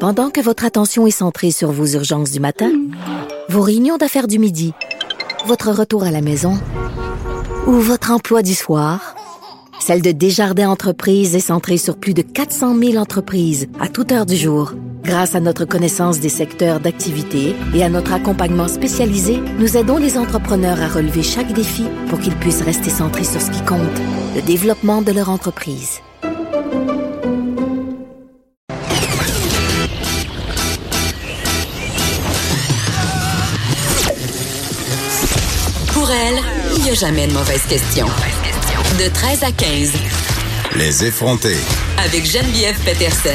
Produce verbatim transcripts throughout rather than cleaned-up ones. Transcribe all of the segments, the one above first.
Pendant que votre attention est centrée sur vos urgences du matin, vos réunions d'affaires du midi, votre retour à la maison ou votre emploi du soir, celle de Desjardins Entreprises est centrée sur plus de quatre cent mille entreprises à toute heure du jour. Grâce à notre connaissance des secteurs d'activité et à notre accompagnement spécialisé, nous aidons les entrepreneurs à relever chaque défi pour qu'ils puissent rester centrés sur ce qui compte, le développement de leur entreprise. Pour elle, il n'y a jamais de mauvaise question. De treize à quinze. Les effrontés. Avec Geneviève Peterson.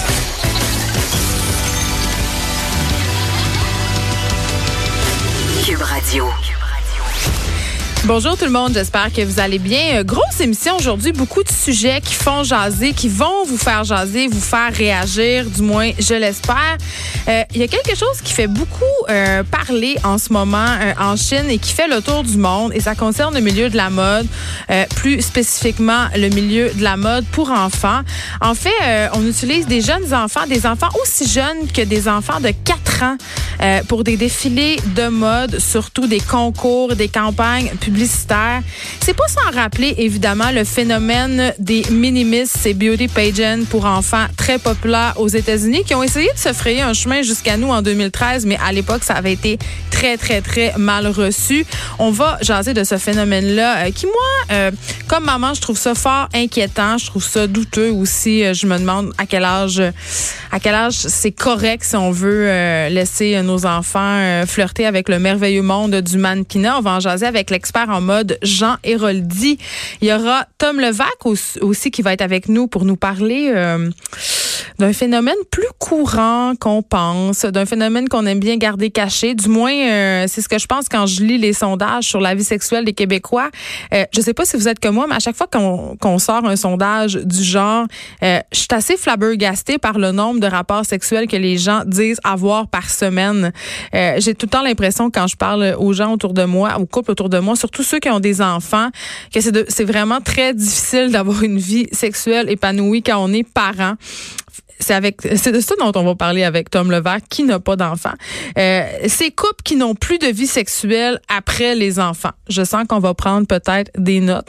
Cube Radio. Bonjour tout le monde, j'espère que vous allez bien. Grosse émission aujourd'hui, beaucoup de sujets qui font jaser, qui vont vous faire jaser, vous faire réagir, du moins je l'espère. Euh, il y a quelque chose qui fait beaucoup euh, parler en ce moment euh, en Chine et qui fait le tour du monde et ça concerne le milieu de la mode, euh, plus spécifiquement le milieu de la mode pour enfants. En fait, euh, on utilise des jeunes enfants, des enfants aussi jeunes que des enfants de quatre ans euh, pour des défilés de mode, surtout des concours, des campagnes publicitaires. C'est pas sans rappeler, évidemment, le phénomène des mini-miss, ces beauty pageants pour enfants très populaires aux États-Unis qui ont essayé de se frayer un chemin jusqu'à nous en deux mille treize, mais à l'époque, ça avait été très, très, très mal reçu. On va jaser de ce phénomène-là euh, qui, moi, euh, comme maman, je trouve ça fort inquiétant. Je trouve ça douteux aussi. Je me demande à quel âge, à quel âge c'est correct si on veut euh, laisser nos enfants euh, flirter avec le merveilleux monde du mannequinat. On va en jaser avec l'expert en mode Jean Héroldi. Il y aura Tom Levac aussi qui va être avec nous pour nous parler euh, d'un phénomène plus courant qu'on pense, d'un phénomène qu'on aime bien garder caché. Du moins, euh, c'est ce que je pense quand je lis les sondages sur la vie sexuelle des Québécois. Euh, je sais pas si vous êtes comme moi, mais à chaque fois qu'on, qu'on sort un sondage du genre, euh, je suis assez flabbergastée par le nombre de rapports sexuels que les gens disent avoir par semaine. Euh, j'ai tout le temps l'impression quand je parle aux gens autour de moi, aux couples autour de moi, surtout ceux qui ont des enfants, que c'est, de, c'est vraiment très difficile d'avoir une vie sexuelle épanouie quand on est parent. C'est avec, c'est de ça dont on va parler avec Tom Levac, qui n'a pas d'enfants. Euh, ces couples qui n'ont plus de vie sexuelle après les enfants. Je sens qu'on va prendre peut-être des notes.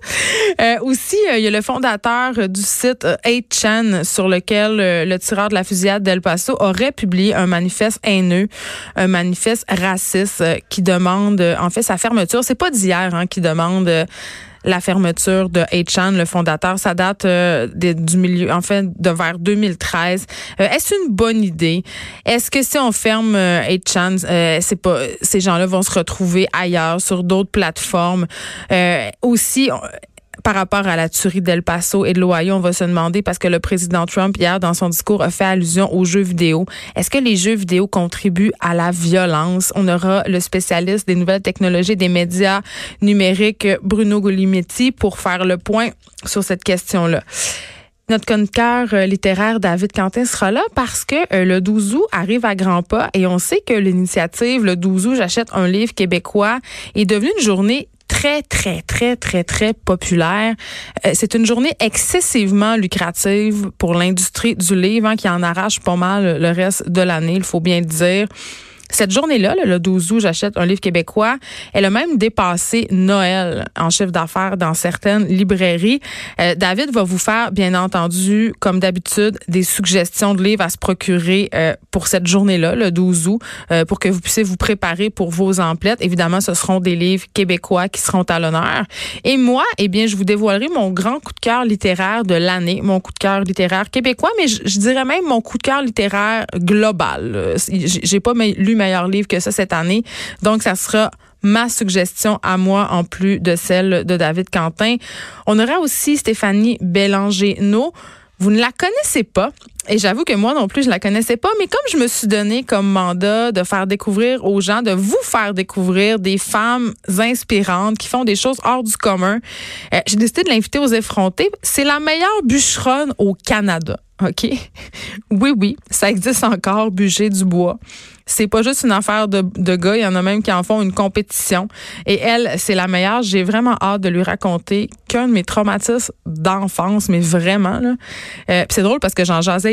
euh, aussi, euh, il y a le fondateur du site euh, eight chan sur lequel euh, le tireur de la fusillade d'El Paso aurait publié un manifeste haineux, un manifeste raciste euh, qui demande, euh, en fait, sa fermeture. C'est pas d'hier hein, qui demande... Euh, la fermeture de eight chan, le fondateur, ça date euh, de, du milieu, en fait, de vers deux mille treize. Euh, est-ce une bonne idée? Est-ce que si on ferme euh, eight chan, euh, c'est pas, ces gens-là vont se retrouver ailleurs, sur d'autres plateformes? Euh, aussi, on, par rapport à la tuerie d'El Paso et de l'Ohio, on va se demander, parce que le président Trump, hier, dans son discours, a fait allusion aux jeux vidéo. Est-ce que les jeux vidéo contribuent à la violence? On aura le spécialiste des nouvelles technologies et des médias numériques, Bruno Guglielminetti, pour faire le point sur cette question-là. Notre chroniqueur littéraire David Quentin sera là parce que euh, le douze août arrive à grands pas et on sait que l'initiative, le douze août, j'achète un livre québécois, est devenue une journée très, très, très, très, très populaire. Euh, c'est une journée excessivement lucrative pour l'industrie du livre hein, qui en arrache pas mal le reste de l'année, il faut bien le dire. Cette journée-là, le douze août, j'achète un livre québécois. Elle a même dépassé Noël en chiffre d'affaires dans certaines librairies. Euh, David va vous faire, bien entendu, comme d'habitude, des suggestions de livres à se procurer euh, pour cette journée-là, le douze août, euh, pour que vous puissiez vous préparer pour vos emplettes. Évidemment, ce seront des livres québécois qui seront à l'honneur. Et moi, eh bien, je vous dévoilerai mon grand coup de cœur littéraire de l'année, mon coup de cœur littéraire québécois, mais je, je dirais même mon coup de cœur littéraire global. J'ai, j'ai pas lu meilleur livre que ça cette année. Donc, ça sera ma suggestion à moi en plus de celle de David Quentin. On aura aussi Stéphanie Bélanger-Naud. Vous ne la connaissez pas. Et j'avoue que moi non plus, je la connaissais pas. Mais comme je me suis donné comme mandat de faire découvrir aux gens, de vous faire découvrir des femmes inspirantes qui font des choses hors du commun, euh, j'ai décidé de l'inviter aux effrontés. C'est la meilleure bûcheronne au Canada. OK? Oui, oui, ça existe encore, bûcher du bois. C'est pas juste une affaire de, de gars, il y en a même qui en font une compétition. Et elle, c'est la meilleure. J'ai vraiment hâte de lui raconter qu'un de mes traumatismes d'enfance, mais vraiment, là. Euh, puis c'est drôle parce que j'en jasais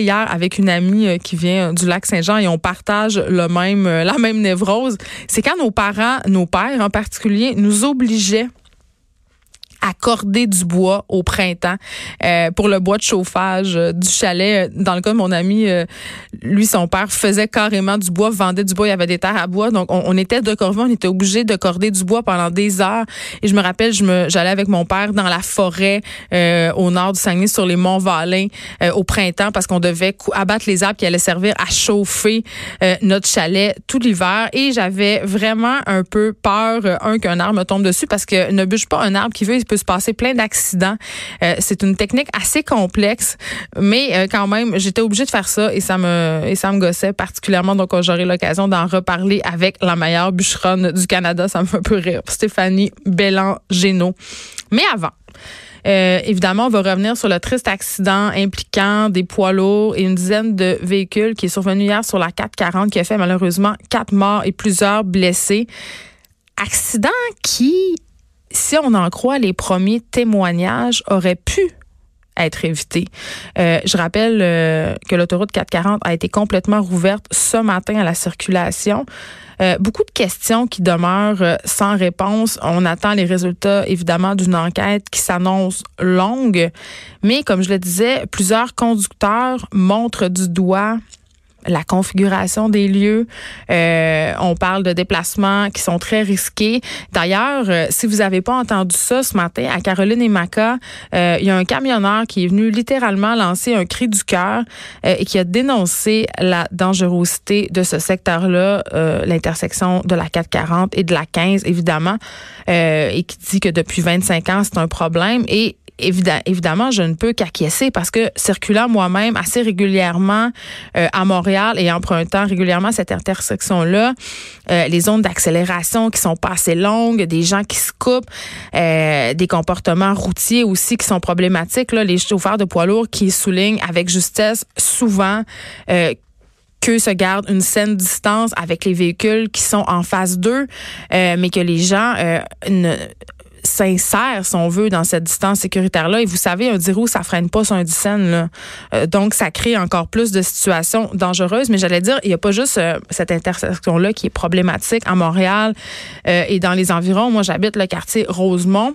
hier avec une amie euh, qui vient du Lac-Saint-Jean et on partage le même, euh, la même névrose. C'est quand nos parents, nos pères en particulier, nous obligeaient à corder du bois au printemps euh, pour le bois de chauffage euh, du chalet. Dans le cas de mon ami, euh, lui, son père faisait carrément du bois, vendait du bois, il y avait des terres à bois. Donc, on, on était de corvée, on était obligé de corder du bois pendant des heures. Et je me rappelle, je me, j'allais avec mon père dans la forêt euh, au nord du Saguenay, sur les monts Valin euh, au printemps, parce qu'on devait cou- abattre les arbres qui allaient servir à chauffer euh, notre chalet tout l'hiver. Et j'avais vraiment un peu peur, euh, un, qu'un arbre me tombe dessus, parce que ne bûche pas un arbre qui veut, il peut se passer plein d'accidents. Euh, c'est une technique assez complexe, mais euh, quand même, j'étais obligée de faire ça et ça me et ça me gossait particulièrement. Donc, j'aurai l'occasion d'en reparler avec la meilleure bûcheronne du Canada. Ça me fait un peu rire, Stéphanie Bélan-Génaud. Mais avant, Euh, évidemment, on va revenir sur le triste accident impliquant des poids lourds et une dizaine de véhicules qui est survenu hier sur la quatre quarante, qui a fait malheureusement quatre morts et plusieurs blessés. Accident qui, si on en croit les premiers témoignages, aurait pu être évité. Euh, je rappelle euh, que l'autoroute quatre quarante a été complètement rouverte ce matin à la circulation. Euh, beaucoup de questions qui demeurent euh, sans réponse. On attend les résultats, évidemment, d'une enquête qui s'annonce longue. Mais, comme je le disais, plusieurs conducteurs montrent du doigt la configuration des lieux. Euh, on parle de déplacements qui sont très risqués. D'ailleurs, euh, si vous n'avez pas entendu ça ce matin, à Caroline et Maca, euh, il y a un camionneur qui est venu littéralement lancer un cri du cœur euh, et qui a dénoncé la dangerosité de ce secteur-là, euh, l'intersection de la quatre quarante et de la quinze, évidemment, euh, et qui dit que depuis vingt-cinq ans, c'est un problème. Et Évidemment, je ne peux qu'acquiescer parce que circulant moi-même assez régulièrement euh, à Montréal et empruntant régulièrement cette intersection-là, euh, les zones d'accélération qui sont pas assez longues, des gens qui se coupent, euh, des comportements routiers aussi qui sont problématiques, là, les chauffeurs de poids lourds qui soulignent avec justesse souvent euh, qu'eux se gardent une saine distance avec les véhicules qui sont en face d'eux, euh, mais que les gens euh, ne sincère, si on veut, dans cette distance sécuritaire-là. Et vous savez, un dix roues, ça freine pas sur un dix scènes, là. Euh, donc, ça crée encore plus de situations dangereuses. Mais j'allais dire, il n'y a pas juste euh, cette intersection-là qui est problématique à Montréal euh, et dans les environs. Moi, j'habite le quartier Rosemont,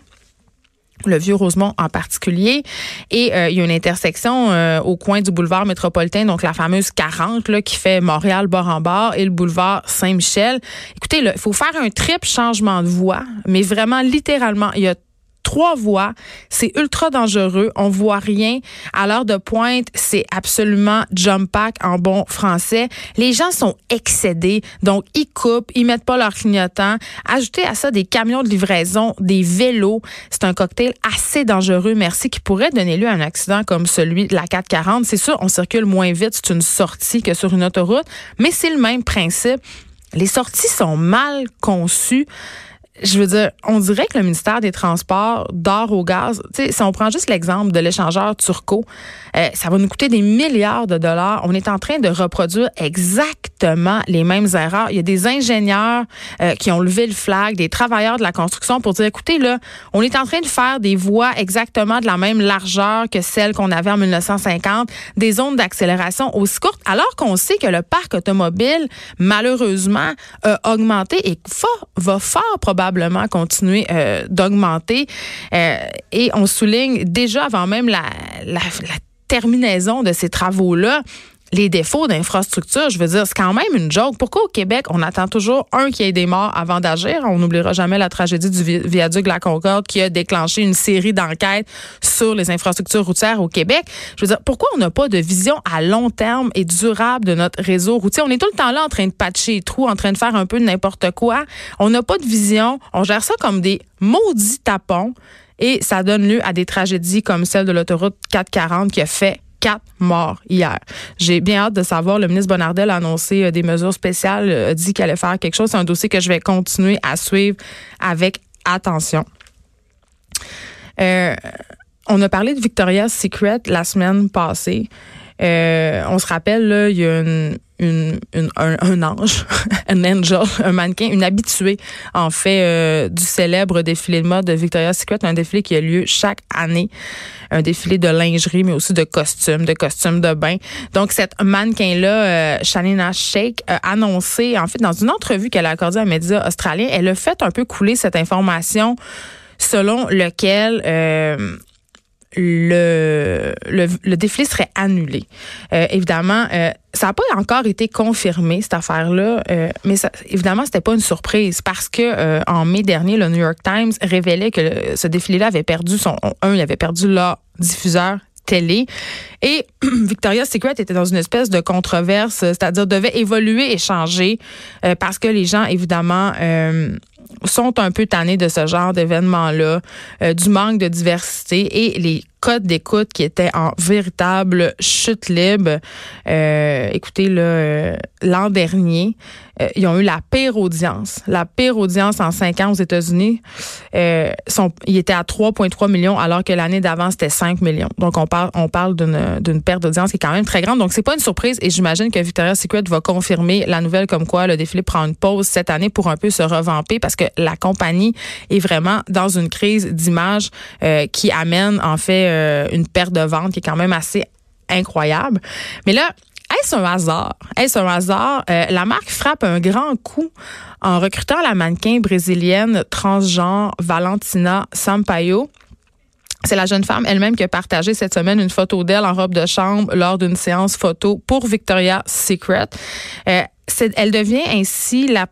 le vieux Rosemont en particulier. Et euh, il y a une intersection euh, au coin du boulevard métropolitain, donc la fameuse quarante, là, qui fait Montréal bord en bord, et le boulevard Saint-Michel. Écoutez, il faut faire un triple changement de voie, mais vraiment, littéralement, il y a trois voies, c'est ultra dangereux, on voit rien. À l'heure de pointe, c'est absolument jump pack en bon français. Les gens sont excédés, donc ils coupent, ils mettent pas leur clignotant. Ajoutez à ça des camions de livraison, des vélos, c'est un cocktail assez dangereux, merci, qui pourrait donner lieu à un accident comme celui de la quatre quarante. C'est sûr, on circule moins vite, c'est une sortie que sur une autoroute, mais c'est le même principe. Les sorties sont mal conçues. Je veux dire, on dirait que le ministère des Transports dort au gaz. Tu sais, si on prend juste l'exemple de l'échangeur Turco, euh, ça va nous coûter des milliards de dollars. On est en train de reproduire exactement les mêmes erreurs. Il y a des ingénieurs euh, qui ont levé le flag, des travailleurs de la construction pour dire, écoutez, là, on est en train de faire des voies exactement de la même largeur que celles qu'on avait en dix-neuf cent cinquante, des zones d'accélération aussi courtes, alors qu'on sait que le parc automobile, malheureusement, a augmenté et fort, va fort probablement continuer euh, d'augmenter. Euh, et on souligne déjà avant même la, la, la terminaison de ces travaux-là, les défauts d'infrastructure. Je veux dire, c'est quand même une joke. Pourquoi au Québec, on attend toujours, un, qu'il y ait des morts avant d'agir? On n'oubliera jamais la tragédie du vi- viaduc de la Concorde qui a déclenché une série d'enquêtes sur les infrastructures routières au Québec. Je veux dire, pourquoi on n'a pas de vision à long terme et durable de notre réseau routier? On est tout le temps là en train de patcher les trous, en train de faire un peu de n'importe quoi. On n'a pas de vision. On gère ça comme des maudits tapons et ça donne lieu à des tragédies comme celle de l'autoroute quatre quarante qui a fait quatre morts hier. J'ai bien hâte de savoir. Le ministre Bonnardel a annoncé euh, des mesures spéciales, a dit qu'il allait faire quelque chose. C'est un dossier que je vais continuer à suivre avec attention. Euh, on a parlé de Victoria's Secret la semaine passée. Euh, on se rappelle, là, il y a une, une, une, un, un ange, un angel, un mannequin, une habituée, en fait, euh, du célèbre défilé de mode de Victoria's Secret, un défilé qui a lieu chaque année, un défilé de lingerie, mais aussi de costumes, de costumes de bain. Donc, cette mannequin-là, euh, Shanina Sheikh, a annoncé, en fait, dans une entrevue qu'elle a accordée à un média australien, elle a fait un peu couler cette information selon lequel euh, le, le le défilé serait annulé. Euh, évidemment, euh, ça n'a pas encore été confirmé, cette affaire-là, euh, mais ça, évidemment, c'était pas une surprise parce que euh, en mai dernier, le New York Times révélait que le, ce défilé-là avait perdu son... Un, il avait perdu leur diffuseur télé. Et Victoria's Secret était dans une espèce de controverse, c'est-à-dire devait évoluer et changer euh, parce que les gens, évidemment... Euh, sont un peu tannés de ce genre d'événement-là, euh, du manque de diversité et les codes d'écoute qui étaient en véritable chute libre. Euh, écoutez, là, euh, l'an dernier, euh, ils ont eu la pire audience. La pire audience en cinq ans aux États-Unis. Euh, sont, ils étaient à trois virgule trois millions alors que l'année d'avant, c'était cinq millions. Donc, on parle, on parle d'une, d'une perte d'audience qui est quand même très grande. Donc, c'est pas une surprise et j'imagine que Victoria's Secret va confirmer la nouvelle comme quoi le défilé prend une pause cette année pour un peu se revamper parce que la compagnie est vraiment dans une crise d'image euh, qui amène, en fait, euh, une perte de vente qui est quand même assez incroyable. Mais là, est-ce un hasard? Est-ce un hasard? Euh, la marque frappe un grand coup en recrutant la mannequin brésilienne transgenre Valentina Sampaio. C'est la jeune femme elle-même qui a partagé cette semaine une photo d'elle en robe de chambre lors d'une séance photo pour Victoria's Secret. Euh, c'est, elle devient ainsi la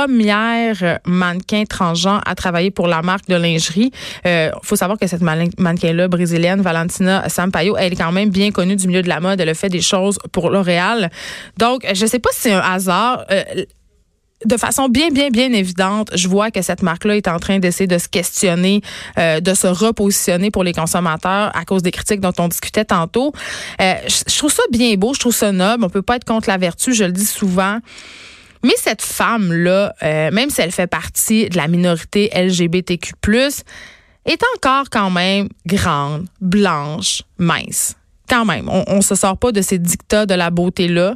première mannequin transgenre à travailler pour la marque de lingerie. Il euh, faut savoir que cette mannequin-là, brésilienne, Valentina Sampaio, elle est quand même bien connue du milieu de la mode. Elle a fait des choses pour L'Oréal. Donc, je ne sais pas si c'est un hasard. Euh, De façon bien, bien, bien évidente, je vois que cette marque-là est en train d'essayer de se questionner, euh, de se repositionner pour les consommateurs à cause des critiques dont on discutait tantôt. Euh, je, je trouve ça bien beau, je trouve ça noble. On peut pas être contre la vertu, je le dis souvent. Mais cette femme-là, euh, même si elle fait partie de la minorité L G B T Q plus, est encore quand même grande, blanche, mince. Quand même, on, on se sort pas de ces dictats de la beauté-là.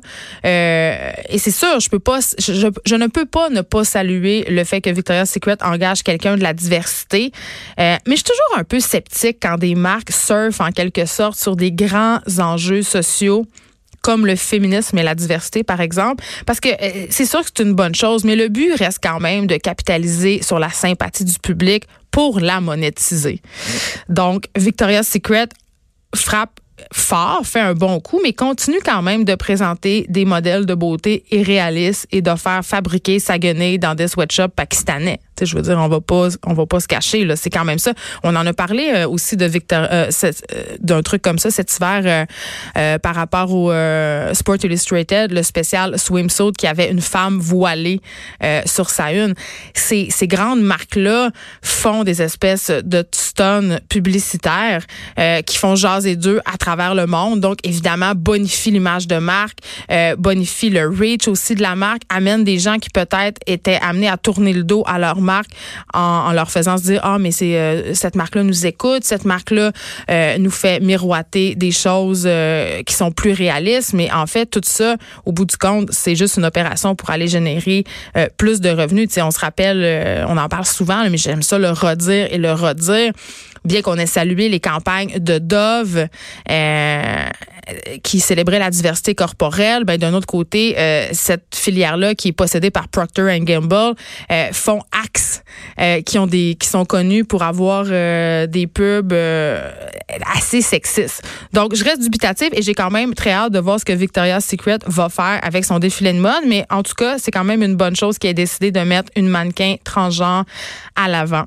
Euh, et c'est sûr, je peux pas, je, je, je ne peux pas ne pas saluer le fait que Victoria's Secret engage quelqu'un de la diversité. Euh, mais je suis toujours un peu sceptique quand des marques surfent en quelque sorte sur des grands enjeux sociaux comme le féminisme et la diversité, par exemple. Parce que euh, c'est sûr que c'est une bonne chose, mais le but reste quand même de capitaliser sur la sympathie du public pour la monétiser. Donc, Victoria's Secret frappe fort, fait un bon coup, mais continue quand même de présenter des modèles de beauté irréalistes et de faire fabriquer sa guenille dans des sweatshops pakistanais. Tu sais, je veux dire, on va pas, on va pas se cacher, là. C'est quand même ça. On en a parlé euh, aussi de Victor, euh, cette, euh, d'un truc comme ça cet hiver euh, euh, par rapport au euh, Sport Illustrated, le spécial swimsuit qui avait une femme voilée euh, sur sa une. Ces, ces grandes marques-là font des espèces de stunts publicitaires euh, qui font jaser d'eux à travers le monde. Donc, évidemment, bonifie l'image de marque, euh, bonifie le reach aussi de la marque, amène des gens qui peut-être étaient amenés à tourner le dos à leur marque en, en leur faisant se dire « Ah, mais c'est euh, cette marque-là nous écoute, cette marque-là euh, nous fait miroiter des choses euh, qui sont plus réalistes. » Mais en fait, tout ça, au bout du compte, c'est juste une opération pour aller générer euh, plus de revenus. Tu sais, on se rappelle, euh, on en parle souvent, mais j'aime ça le redire et le redire. Bien qu'on ait salué les campagnes de Dove euh, qui célébraient la diversité corporelle, ben d'un autre côté, euh, cette filière-là qui est possédée par Procter and Gamble euh, font Axe, euh, qui ont des qui sont connus pour avoir euh, des pubs euh, assez sexistes. Donc, je reste dubitative et j'ai quand même très hâte de voir ce que Victoria's Secret va faire avec son défilé de mode. Mais en tout cas, c'est quand même une bonne chose qu'il ait décidé de mettre une mannequin transgenre à l'avant.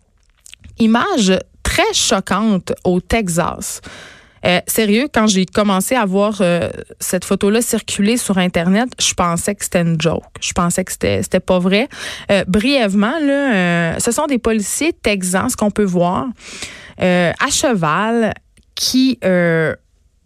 Image très choquante au Texas. Euh, sérieux, quand j'ai commencé à voir euh, cette photo-là circuler sur Internet, je pensais que c'était une joke. Je pensais que c'était c'était pas vrai. Euh, brièvement, là, euh, ce sont des policiers texans, ce qu'on peut voir, euh, à cheval, qui... Euh,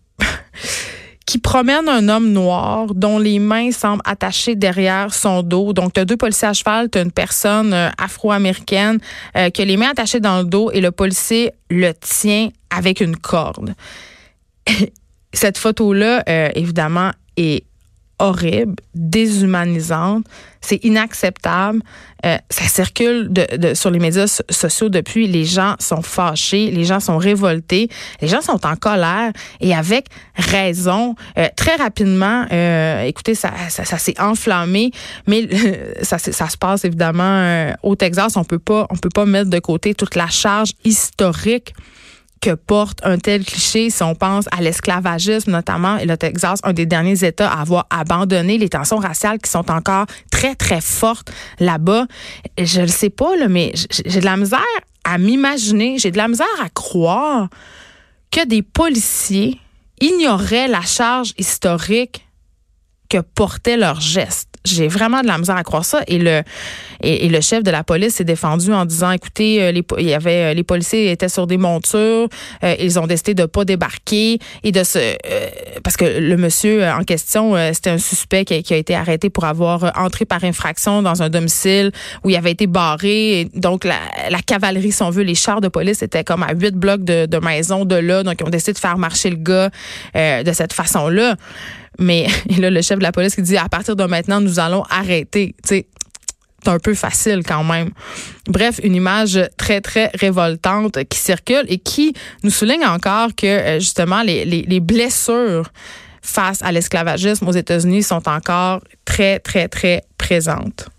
qui promène un homme noir dont les mains semblent attachées derrière son dos. Donc, tu as deux policiers à cheval, tu as une personne euh, afro-américaine euh, qui a les mains attachées dans le dos et le policier le tient avec une corde. cette photo-là, euh, évidemment, est horrible, déshumanisante, c'est inacceptable. Euh, ça circule de, de, sur les médias so- sociaux depuis. Les gens sont fâchés, les gens sont révoltés, les gens sont en colère et avec raison. Euh, très rapidement, euh, écoutez, ça, ça, ça s'est enflammé, mais euh, ça, ça se passe évidemment euh, au Texas. On peut pas, on peut pas mettre de côté toute la charge historique que porte un tel cliché si on pense à l'esclavagisme notamment, et le Texas, un des derniers États à avoir abandonné les tensions raciales qui sont encore très, très fortes là-bas. Je le sais pas, là, mais j'ai de la misère à m'imaginer, j'ai de la misère à croire que des policiers ignoraient la charge historique que portaient leurs gestes. J'ai vraiment de la misère à croire ça. Et le et, et le chef de la police s'est défendu en disant, écoutez, euh, les, il y avait, les policiers étaient sur des montures, euh, ils ont décidé de pas débarquer et de se... Euh, parce que le monsieur en question, euh, c'était un suspect qui a, qui a été arrêté pour avoir entré par infraction dans un domicile où il avait été barré. Et donc, la, la cavalerie, si on veut, les chars de police étaient comme à huit blocs de, de maison de là. Donc, ils ont décidé de faire marcher le gars euh, de cette façon-là. Mais là, le chef de la police qui dit, à partir de maintenant, nous allons arrêter. Tu sais, c'est un peu facile quand même. Bref, une image très, très révoltante qui circule et qui nous souligne encore que, justement, les, les, les blessures face à l'esclavagisme aux États-Unis sont encore très, très, très présentes.